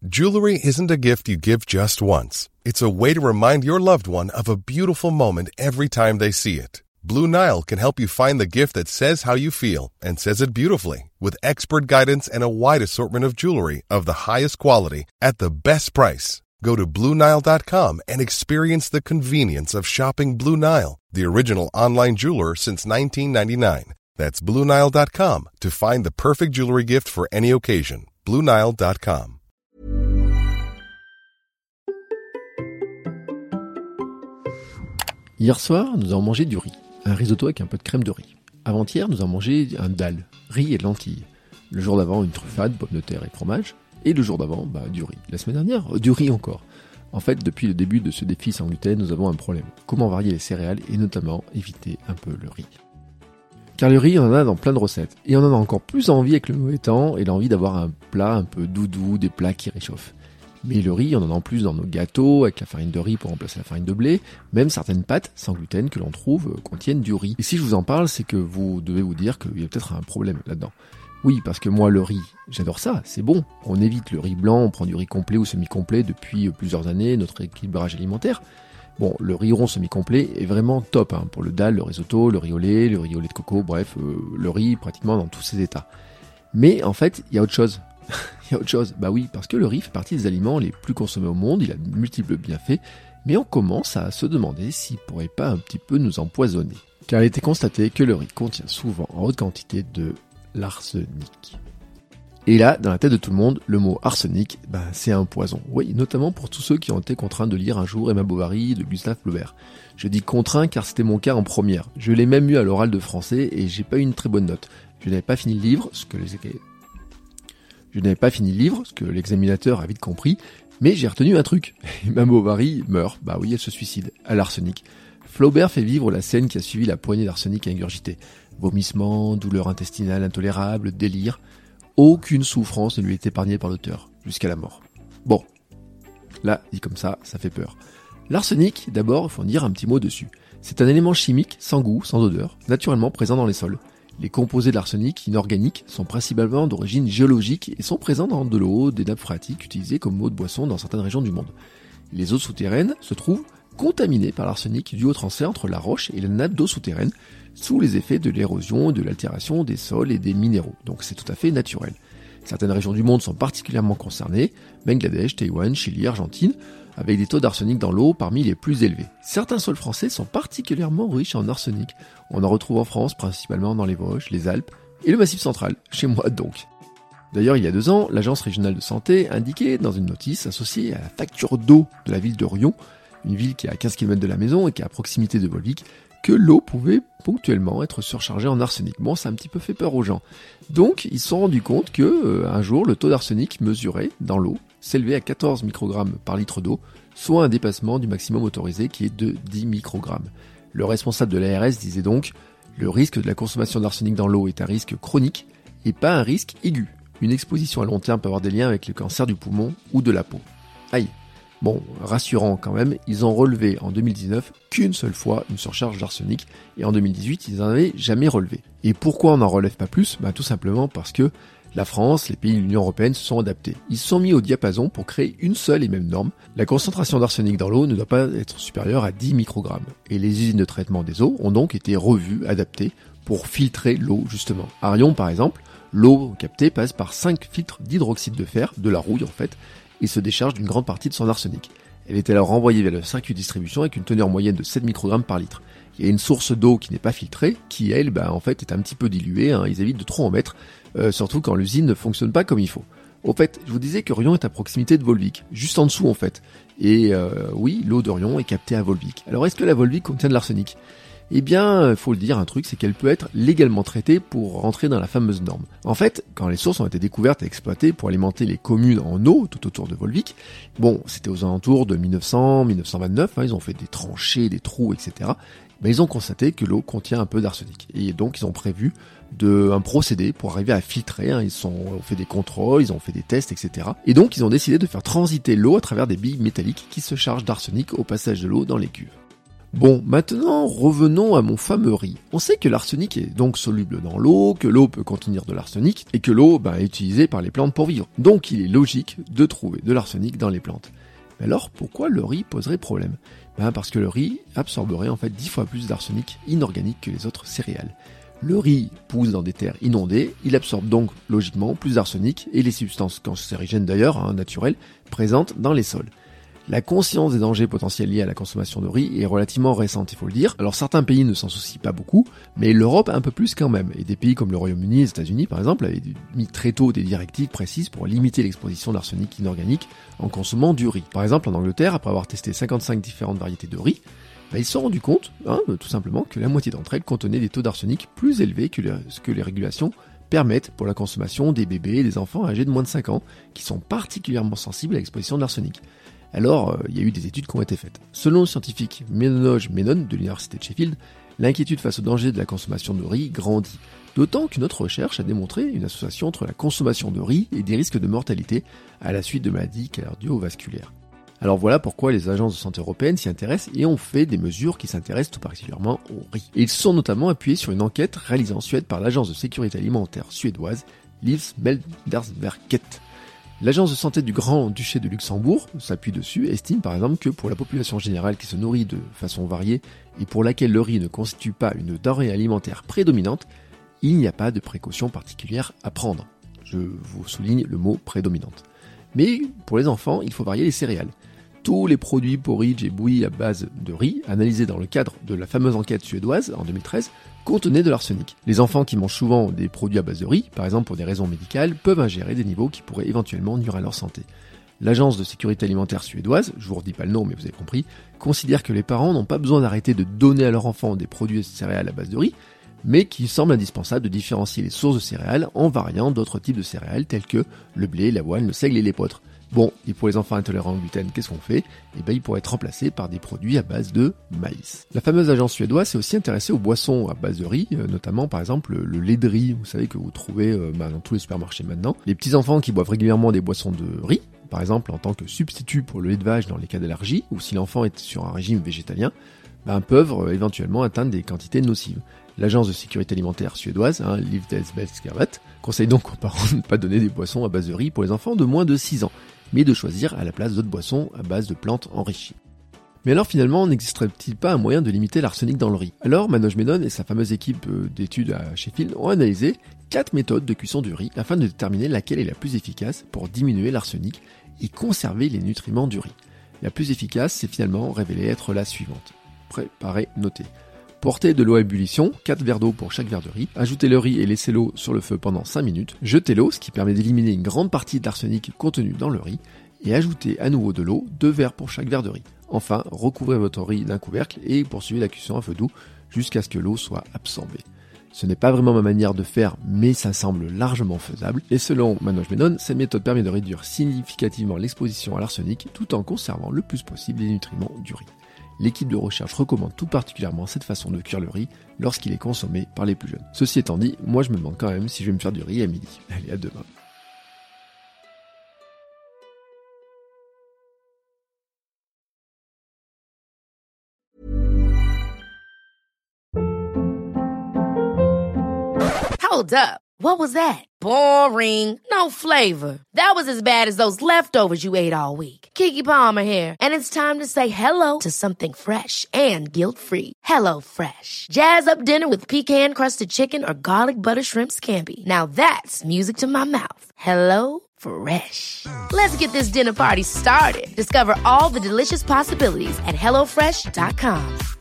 Jewelry isn't a gift you give just once. It's a way to remind your loved one of a beautiful moment every time they see it. Blue Nile can help you find the gift that says how you feel and says it beautifully, with expert guidance and a wide assortment of jewelry of the highest quality at the best price. Go to BlueNile.com and experience the convenience of shopping Blue Nile, the original online jeweler since 1999. That's BlueNile.com to find the perfect jewelry gift for any occasion. BlueNile.com. Hier soir, nous avons mangé du riz, un risotto avec un peu de crème de riz. Avant-hier, nous avons mangé un dal, riz et lentilles. Le jour d'avant, une truffade, pommes de terre et fromage. Et le jour d'avant, du riz. La semaine dernière, du riz encore. En fait, depuis le début de ce défi sans gluten, nous avons un problème. Comment varier les céréales et notamment éviter un peu le riz. Car le riz, on en a dans plein de recettes. Et on en a encore plus envie avec le mauvais temps et l'envie d'avoir un plat un peu doudou, des plats qui réchauffent. Mais le riz, on en a en plus dans nos gâteaux, avec la farine de riz pour remplacer la farine de blé. Même certaines pâtes sans gluten que l'on trouve contiennent du riz. Et si je vous en parle, c'est que vous devez vous dire qu'il y a peut-être un problème là-dedans. Oui, parce que moi, le riz, j'adore ça, c'est bon. On évite le riz blanc, on prend du riz complet ou semi-complet depuis plusieurs années, notre équilibrage alimentaire. Bon, le riz rond semi-complet est vraiment top pour le dal, le risotto, le riz au lait de coco, bref, le riz pratiquement dans tous ses états. Mais en fait, il y a autre chose. Il y a autre chose. Bah oui, parce que le riz fait partie des aliments les plus consommés au monde, il a de multiples bienfaits, mais on commence à se demander s'il pourrait pas un petit peu nous empoisonner. Car il a été constaté que le riz contient souvent en haute quantité de l'arsenic. Et là, dans la tête de tout le monde, le mot arsenic, c'est un poison. Oui, notamment pour tous ceux qui ont été contraints de lire un jour Emma Bovary de Gustave Flaubert. Je dis contraint car c'était mon cas en première. Je l'ai même eu à l'oral de français et j'ai pas eu une très bonne note. Je n'avais pas fini le livre, ce que l'examinateur a vite compris, mais j'ai retenu un truc. Emma Bovary meurt, elle se suicide, à l'arsenic. Flaubert fait vivre la scène qui a suivi la poignée d'arsenic à ingurgiter. Vomissements, douleurs intestinales intolérables, délire. Aucune souffrance ne lui est épargnée par l'auteur, jusqu'à la mort. Bon, là, dit comme ça fait peur. L'arsenic, d'abord, il faut en dire un petit mot dessus. C'est un élément chimique, sans goût, sans odeur, naturellement présent dans les sols. Les composés de l'arsenic inorganiques sont principalement d'origine géologique et sont présents dans de l'eau, des nappes phréatiques utilisées comme eau de boisson dans certaines régions du monde. Les eaux souterraines se trouvent contaminées par l'arsenic dû au transfert entre la roche et la nappe d'eau souterraine, sous les effets de l'érosion et de l'altération des sols et des minéraux. Donc c'est tout à fait naturel. Certaines régions du monde sont particulièrement concernées, Bangladesh, Taïwan, Chili, Argentine, avec des taux d'arsenic dans l'eau parmi les plus élevés. Certains sols français sont particulièrement riches en arsenic. On en retrouve en France, principalement dans les Vosges, les Alpes et le Massif central, chez moi donc. D'ailleurs, il y a 2 ans, l'Agence régionale de santé indiquait dans une notice associée à la facture d'eau de la ville de Rion, une ville qui est à 15 km de la maison et qui est à proximité de Volvic, que l'eau pouvait ponctuellement être surchargée en arsenic. Bon, ça a un petit peu fait peur aux gens. Donc, ils se sont rendus compte que, un jour, le taux d'arsenic mesuré dans l'eau s'élevait à 14 microgrammes par litre d'eau, soit un dépassement du maximum autorisé qui est de 10 microgrammes. Le responsable de l'ARS disait donc « Le risque de la consommation d'arsenic dans l'eau est un risque chronique et pas un risque aigu. Une exposition à long terme peut avoir des liens avec le cancer du poumon ou de la peau. » Aïe. Bon, rassurant quand même, ils ont relevé en 2019 qu'une seule fois une surcharge d'arsenic et en 2018, ils n'en avaient jamais relevé. Et pourquoi on n'en relève pas plus ? Tout simplement parce que la France, les pays de l'Union européenne se sont adaptés. Ils se sont mis au diapason pour créer une seule et même norme. La concentration d'arsenic dans l'eau ne doit pas être supérieure à 10 microgrammes. Et les usines de traitement des eaux ont donc été revues, adaptées pour filtrer l'eau justement. À Rion par exemple, l'eau captée passe par 5 filtres d'hydroxyde de fer, de la rouille en fait, et se décharge d'une grande partie de son arsenic. Elle est alors renvoyée vers le circuit de distribution avec une teneur moyenne de 7 microgrammes par litre. Il y a une source d'eau qui n'est pas filtrée, qui elle, en fait, est un petit peu diluée, ils évitent de trop en mettre, surtout quand l'usine ne fonctionne pas comme il faut. Au fait, je vous disais que Rion est à proximité de Volvic, juste en dessous en fait. Et oui, l'eau de Rion est captée à Volvic. Alors est-ce que la Volvic contient de l'arsenic ? Eh bien, faut le dire, un truc, c'est qu'elle peut être légalement traitée pour rentrer dans la fameuse norme. En fait, quand les sources ont été découvertes et exploitées pour alimenter les communes en eau tout autour de Volvic, bon, c'était aux alentours de 1900-1929, ils ont fait des tranchées, des trous, etc. Mais ils ont constaté que l'eau contient un peu d'arsenic. Et donc, ils ont prévu un procédé pour arriver à filtrer. Ils ont fait des contrôles, ils ont fait des tests, etc. Et donc, ils ont décidé de faire transiter l'eau à travers des billes métalliques qui se chargent d'arsenic au passage de l'eau dans les cuves. Bon, maintenant revenons à mon fameux riz. On sait que l'arsenic est donc soluble dans l'eau, que l'eau peut contenir de l'arsenic, et que l'eau est utilisée par les plantes pour vivre. Donc il est logique de trouver de l'arsenic dans les plantes. Mais alors pourquoi le riz poserait problème ? Parce que le riz absorberait en fait 10 fois plus d'arsenic inorganique que les autres céréales. Le riz pousse dans des terres inondées, il absorbe donc logiquement plus d'arsenic et les substances cancérigènes d'ailleurs, naturelles, présentes dans les sols. La conscience des dangers potentiels liés à la consommation de riz est relativement récente, il faut le dire. Alors certains pays ne s'en soucient pas beaucoup, mais l'Europe un peu plus quand même. Et des pays comme le Royaume-Uni et les États-Unis par exemple avaient mis très tôt des directives précises pour limiter l'exposition d'arsenic inorganique en consommant du riz. Par exemple en Angleterre, après avoir testé 55 différentes variétés de riz, ils se sont rendus compte, tout simplement, que la moitié d'entre elles contenaient des taux d'arsenic plus élevés que ce que les régulations permettent pour la consommation des bébés et des enfants âgés de moins de 5 ans, qui sont particulièrement sensibles à l'exposition de l'arsenic. Alors, il y a eu des études qui ont été faites. Selon le scientifique Manoj Menon de l'université de Sheffield, l'inquiétude face au danger de la consommation de riz grandit. D'autant qu'une autre recherche a démontré une association entre la consommation de riz et des risques de mortalité à la suite de maladies cardiovasculaires. Alors voilà pourquoi les agences de santé européennes s'y intéressent et ont fait des mesures qui s'intéressent tout particulièrement au riz. Et ils se sont notamment appuyés sur une enquête réalisée en Suède par l'agence de sécurité alimentaire suédoise Livsmedelsverket. L'agence de santé du Grand-Duché de Luxembourg s'appuie dessus et estime par exemple que pour la population générale qui se nourrit de façon variée et pour laquelle le riz ne constitue pas une denrée alimentaire prédominante, il n'y a pas de précautions particulières à prendre. Je vous souligne le mot prédominante. Mais pour les enfants, il faut varier les céréales. Tous les produits porridge et bouillis à base de riz, analysés dans le cadre de la fameuse enquête suédoise en 2013, contenaient de l'arsenic. Les enfants qui mangent souvent des produits à base de riz, par exemple pour des raisons médicales, peuvent ingérer des niveaux qui pourraient éventuellement nuire à leur santé. L'agence de sécurité alimentaire suédoise, je vous redis pas le nom mais vous avez compris, considère que les parents n'ont pas besoin d'arrêter de donner à leurs enfants des produits céréales à base de riz, mais qu'il semble indispensable de différencier les sources de céréales en variant d'autres types de céréales tels que le blé, l'avoine, le seigle et l'épeautre. Bon, et pour les enfants intolérants au gluten, qu'est-ce qu'on fait ? Ils pourraient être remplacés par des produits à base de maïs. La fameuse agence suédoise s'est aussi intéressée aux boissons à base de riz, notamment par exemple le lait de riz, vous savez que vous trouvez dans tous les supermarchés maintenant. Les petits enfants qui boivent régulièrement des boissons de riz, par exemple en tant que substitut pour le lait de vache dans les cas d'allergie, ou si l'enfant est sur un régime végétalien, peuvent éventuellement atteindre des quantités nocives. L'agence de sécurité alimentaire suédoise, Livsmedelsverket, conseille donc aux parents de ne pas donner des boissons à base de riz pour les enfants de moins de 6 ans, mais de choisir à la place d'autres boissons à base de plantes enrichies. Mais alors finalement, n'existerait-il pas un moyen de limiter l'arsenic dans le riz ? Alors Manoj Menon et sa fameuse équipe d'études à Sheffield ont analysé 4 méthodes de cuisson du riz afin de déterminer laquelle est la plus efficace pour diminuer l'arsenic et conserver les nutriments du riz. La plus efficace s'est finalement révélée être la suivante. Préparez, notez. Portez de l'eau à ébullition, 4 verres d'eau pour chaque verre de riz, ajoutez le riz et laissez l'eau sur le feu pendant 5 minutes, jetez l'eau, ce qui permet d'éliminer une grande partie de l'arsenic contenu dans le riz, et ajoutez à nouveau de l'eau, 2 verres pour chaque verre de riz. Enfin, recouvrez votre riz d'un couvercle et poursuivez la cuisson à feu doux jusqu'à ce que l'eau soit absorbée. Ce n'est pas vraiment ma manière de faire, mais ça semble largement faisable, et selon Manoj Menon, cette méthode permet de réduire significativement l'exposition à l'arsenic tout en conservant le plus possible les nutriments du riz. L'équipe de recherche recommande tout particulièrement cette façon de cuire le riz lorsqu'il est consommé par les plus jeunes. Ceci étant dit, moi je me demande quand même si je vais me faire du riz à midi. Allez, à demain. Hold up. What was that? Boring. No flavor. That was as bad as those leftovers you ate all week. Keke Palmer here, and it's time to say hello to something fresh and guilt-free. Hello Fresh. Jazz up dinner with pecan-crusted chicken or garlic butter shrimp scampi. Now that's music to my mouth. Hello Fresh. Let's get this dinner party started. Discover all the delicious possibilities at HelloFresh.com.